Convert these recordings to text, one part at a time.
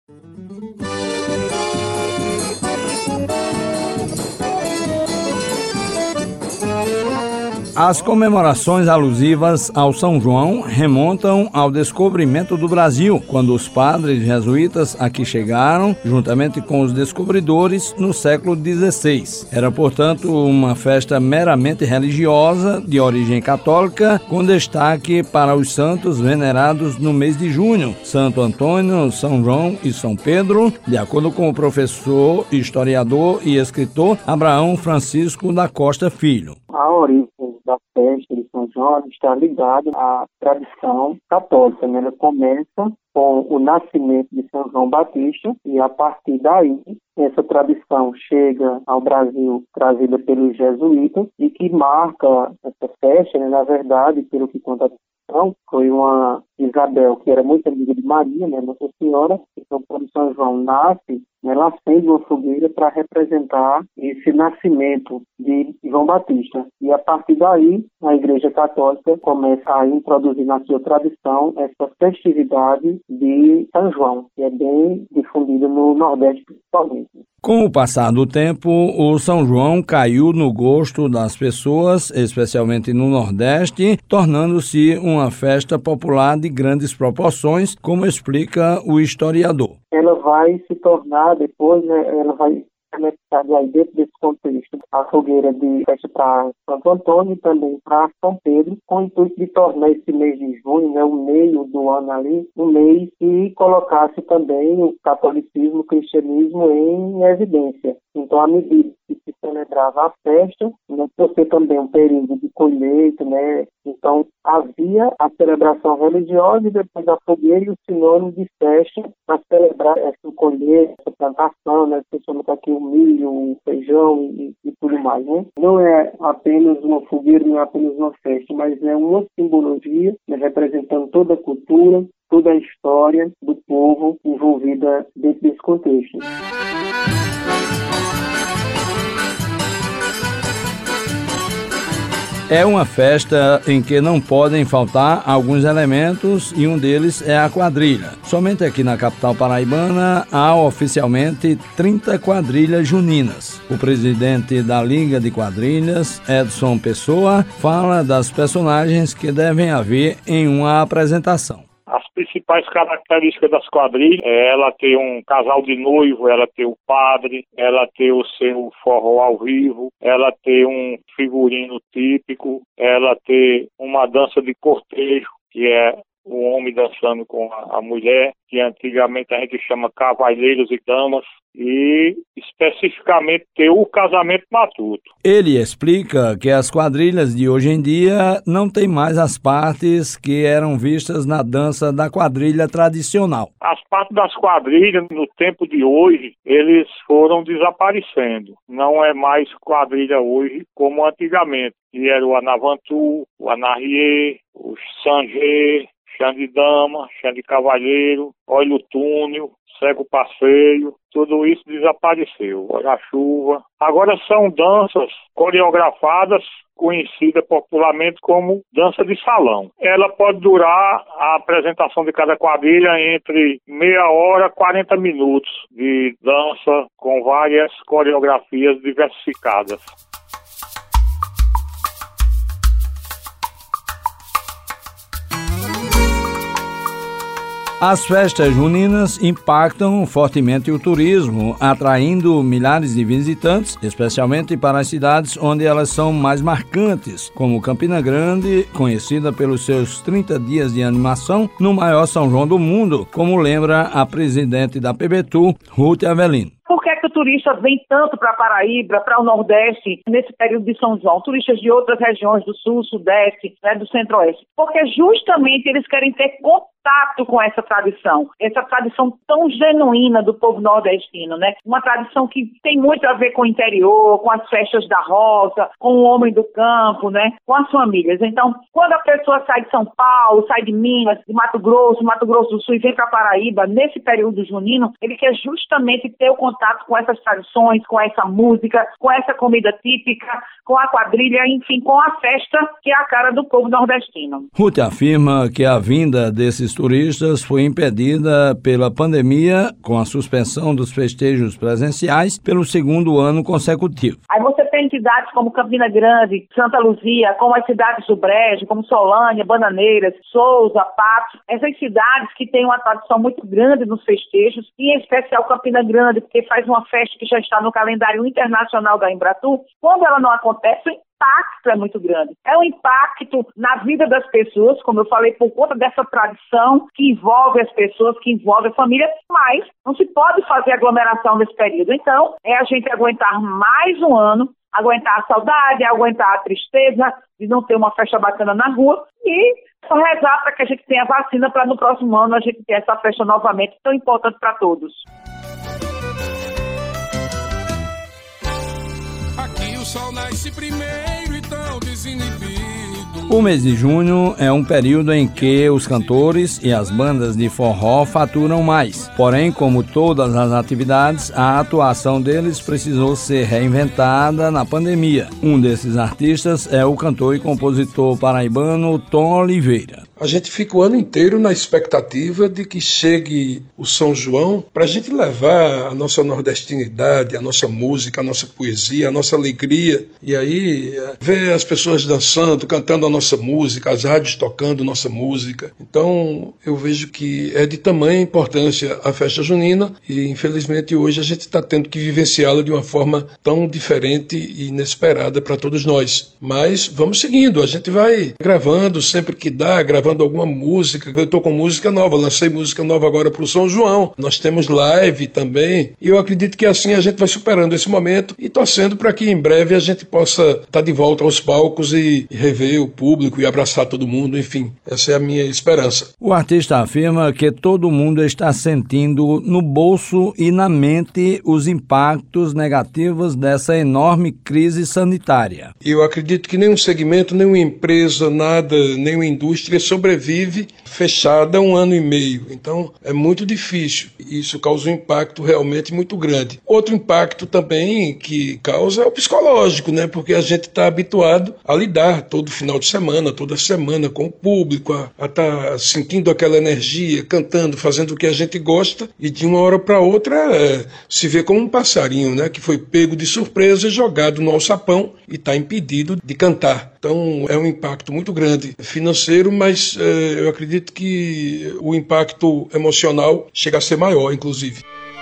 As comemorações alusivas ao São João remontam ao descobrimento do Brasil, quando os padres jesuítas aqui chegaram, juntamente com os descobridores, no século XVI. Era, portanto, uma festa meramente religiosa, de origem católica, com destaque para os santos venerados no mês de junho, Santo Antônio, São João e São Pedro, de acordo com o professor, historiador e escritor Abraão Francisco da Costa Filho. A origem da festa de São João está ligada à tradição católica, né? Ela começa com o nascimento de São João Batista e, a partir daí, essa tradição chega ao Brasil trazida pelos jesuítas e que marca essa festa, né? Na verdade, pelo que conta a tradição, foi uma Isabel, que era muito amiga de Maria, né? Nossa Senhora. Então, quando São João nasce, ela acende uma fogueira para representar esse nascimento de João Batista. E a partir daí, a Igreja Católica começa a introduzir na sua tradição essa festividade de São João, que é bem difundida no Nordeste principalmente. Com o passar do tempo, o São João caiu no gosto das pessoas, especialmente no Nordeste, tornando-se uma festa popular de grandes proporções, como explica o historiador. Ela vai se tornar depois, né, ela vai conectada aí dentro desse contexto, a fogueira de festa para Santo Antônio e também para São Pedro, com o intuito de tornar esse mês de junho, né, o meio do ano ali, um mês que colocasse também o catolicismo, o cristianismo em evidência. Então, à medida que se celebrava a festa, né, por ser também um período de colheita, né, então havia a celebração religiosa e depois a fogueira e o sinônimo de festa para celebrar essa colheita, essa plantação, né, principalmente aqui o milho, o feijão e tudo mais, né. Não é apenas uma fogueira, não é apenas uma festa, mas é uma simbologia, né, representando toda a cultura, toda a história do povo envolvida dentro desse contexto. É uma festa em que não podem faltar alguns elementos e um deles é a quadrilha. Somente aqui na capital paraibana há oficialmente 30 quadrilhas juninas. O presidente da Liga de Quadrilhas, Edson Pessoa, fala das personagens que devem haver em uma apresentação. As principais características das quadrilhas é ela ter um casal de noivo, ela ter o padre, ela ter o seu forró ao vivo, ela ter um figurino típico, ela ter uma dança de cortejo, que é o homem dançando com a mulher, que antigamente a gente chama cavalheiros e damas, e especificamente ter o casamento matuto. Ele explica que as quadrilhas de hoje em dia não têm mais as partes que eram vistas na dança da quadrilha tradicional. As partes das quadrilhas, no tempo de hoje, eles foram desaparecendo. Não é mais quadrilha hoje como antigamente, que era o anavantu, o anarriê, o sanjê, chão de dama, chão de cavalheiro, olho túnel, cego passeio, tudo isso desapareceu. Olha a chuva. Agora são danças coreografadas, conhecida popularmente como dança de salão. Ela pode durar, a apresentação de cada quadrilha, entre meia hora a 40 minutos de dança com várias coreografias diversificadas. As festas juninas impactam fortemente o turismo, atraindo milhares de visitantes, especialmente para as cidades onde elas são mais marcantes, como Campina Grande, conhecida pelos seus 30 dias de animação no maior São João do mundo, como lembra a presidente da PBTU, Ruth Avelino. Por que é que o turista vem tanto para Paraíba, para o Nordeste, nesse período de São João? Turistas de outras regiões, do Sul, Sudeste, né, do Centro-Oeste. Porque justamente eles querem ter contato com essa tradição tão genuína do povo nordestino, né? Uma tradição que tem muito a ver com o interior, com as festas da roça, com o homem do campo, né? Com as famílias. Então, quando a pessoa sai de São Paulo, sai de Minas, de Mato Grosso do Sul e vem para Paraíba, nesse período junino, ele quer justamente ter o contato com essas tradições, com essa música, com essa comida típica, com a quadrilha, enfim, com a festa que é a cara do povo nordestino. Ruth afirma que a vinda desses desses turistas foi impedida pela pandemia, com a suspensão dos festejos presenciais pelo segundo ano consecutivo. Aí você tem cidades como Campina Grande, Santa Luzia, como as cidades do Brejo, como Solânia, Bananeiras, Souza, Patos. Essas cidades que têm uma tradição muito grande nos festejos, e em especial Campina Grande, porque faz uma festa que já está no calendário internacional da Embratur. Quando ela não acontece, o impacto é muito grande. É um impacto na vida das pessoas, como eu falei, por conta dessa tradição que envolve as pessoas, que envolve a família, mas não se pode fazer aglomeração nesse período. Então, é a gente aguentar mais um ano, aguentar a saudade, aguentar a tristeza de não ter uma festa bacana na rua e só rezar para que a gente tenha vacina para no próximo ano a gente ter essa festa novamente tão importante para todos. Aqui o sol nasce primeiro e tão desinibido. O mês de junho é um período em que os cantores e as bandas de forró faturam mais. Porém, como todas as atividades, a atuação deles precisou ser reinventada na pandemia. Um desses artistas é o cantor e compositor paraibano Tom Oliveira. A gente fica o ano inteiro na expectativa de que chegue o São João para a gente levar a nossa nordestinidade, a nossa música, a nossa poesia, a nossa alegria. E aí ver as pessoas dançando, cantando a nossa música, as rádios tocando nossa música. Então eu vejo que é de tamanha importância a festa junina e infelizmente hoje a gente está tendo que vivenciá-la de uma forma tão diferente e inesperada para todos nós. Mas vamos seguindo, a gente vai gravando sempre que dá, gravando alguma música. Eu estou com música nova, lancei música nova agora para o São João. Nós temos live também e eu acredito que assim a gente vai superando esse momento e torcendo para que em breve a gente possa estar de volta aos palcos e rever o público e abraçar todo mundo, enfim, essa é a minha esperança. O artista afirma que todo mundo está sentindo no bolso e na mente os impactos negativos dessa enorme crise sanitária. Eu acredito que nenhum segmento, nenhuma empresa, nada, nenhuma indústria sobrevive fechada 1 ano e meio. Então é muito difícil. Isso causa um impacto realmente muito grande. Outro impacto também que causa é o psicológico, né? Porque a gente está habituado a lidar todo final de semana, toda semana com o público, a estar sentindo aquela energia, cantando, fazendo o que a gente gosta e de uma hora para outra se vê como um passarinho, né? Que foi pego de surpresa e jogado no alçapão e está impedido de cantar. Então é um impacto muito grande financeiro, mas eu acredito que o impacto emocional chega a ser maior, inclusive.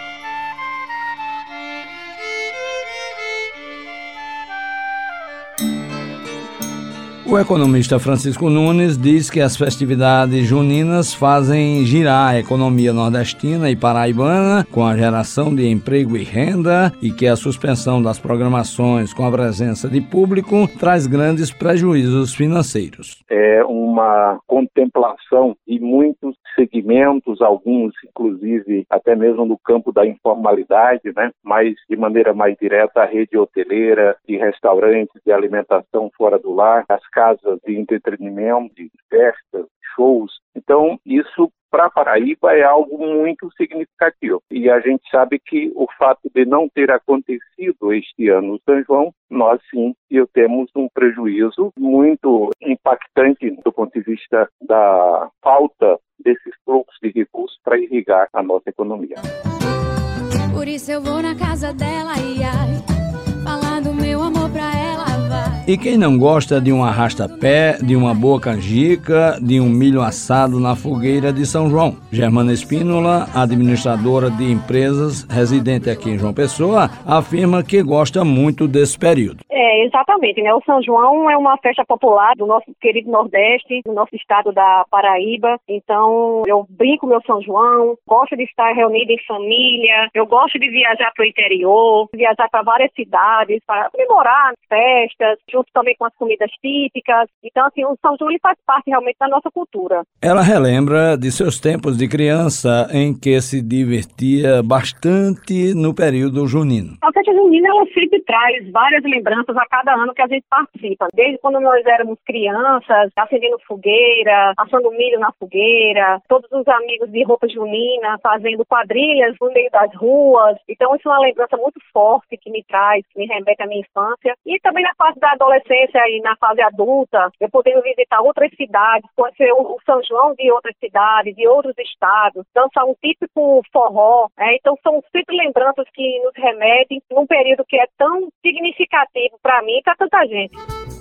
O economista Francisco Nunes diz que as festividades juninas fazem girar a economia nordestina e paraibana com a geração de emprego e renda e que a suspensão das programações com a presença de público traz grandes prejuízos financeiros. É uma contemplação de muitos segmentos, alguns inclusive até mesmo no campo da informalidade, né? Mas de maneira mais direta a rede hoteleira, de restaurantes, de alimentação fora do lar, as casas de entretenimento, de festas, shows. Então isso para Paraíba é algo muito significativo. E a gente sabe que o fato de não ter acontecido este ano o São João, nós sim temos um prejuízo muito impactante do ponto de vista da falta desses fluxos de recursos para irrigar a nossa economia. Por isso eu vou na casa dela, falar do meu amor pra ela, vai. E quem não gosta de um arrasta-pé, de uma boa canjica, de um milho assado na fogueira de São João? Germana Espínola, administradora de empresas, residente aqui em João Pessoa, afirma que gosta muito desse período. Exatamente, né? O São João é uma festa popular do nosso querido Nordeste, do nosso estado da Paraíba. Então, eu brinco meu São João, gosto de estar reunida em família, eu gosto de viajar para o interior, viajar para várias cidades, para aprimorar as festas, junto também com as comidas típicas. Então, assim, o São João ele faz parte realmente da nossa cultura. Ela relembra de seus tempos de criança em que se divertia bastante no período junino. A festa junina, ela sempre traz várias lembranças lembranças a cada ano que a gente participa. Desde quando nós éramos crianças, acendendo fogueira, assando milho na fogueira, todos os amigos de roupa junina, fazendo quadrilhas no meio das ruas. Então isso é uma lembrança muito forte que me traz, que me remete à minha infância. E também na fase da adolescência e na fase adulta, eu podendo visitar outras cidades, conhecer o São João de outras cidades, de outros estados, dançar um típico forró. Então são sempre lembranças que nos remetem num período que é tão significativo para mim e para tanta gente.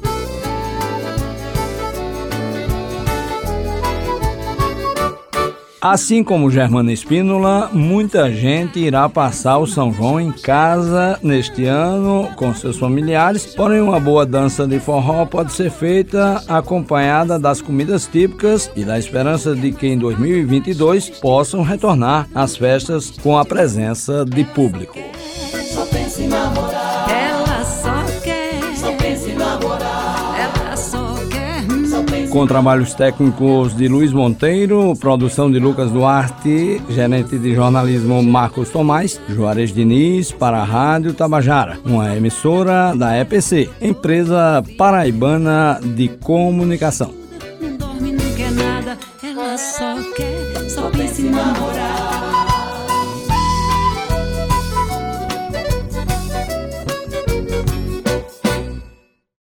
Assim como Germana Espínola, muita gente irá passar o São João em casa neste ano com seus familiares, porém uma boa dança de forró pode ser feita acompanhada das comidas típicas e da esperança de que em 2022 possam retornar às festas com a presença de público. Só pensa em namorar. Ela só quer. Só pensa em namorar. Ela só quer. Com trabalhos técnicos de Luiz Monteiro, produção de Lucas Duarte, gerente de jornalismo Marcos Tomás, Juarez Diniz para a Rádio Tabajara, uma emissora da EPC, empresa paraibana de comunicação. Não dorme, não quer nada, ela só quer, só pensa em namorar.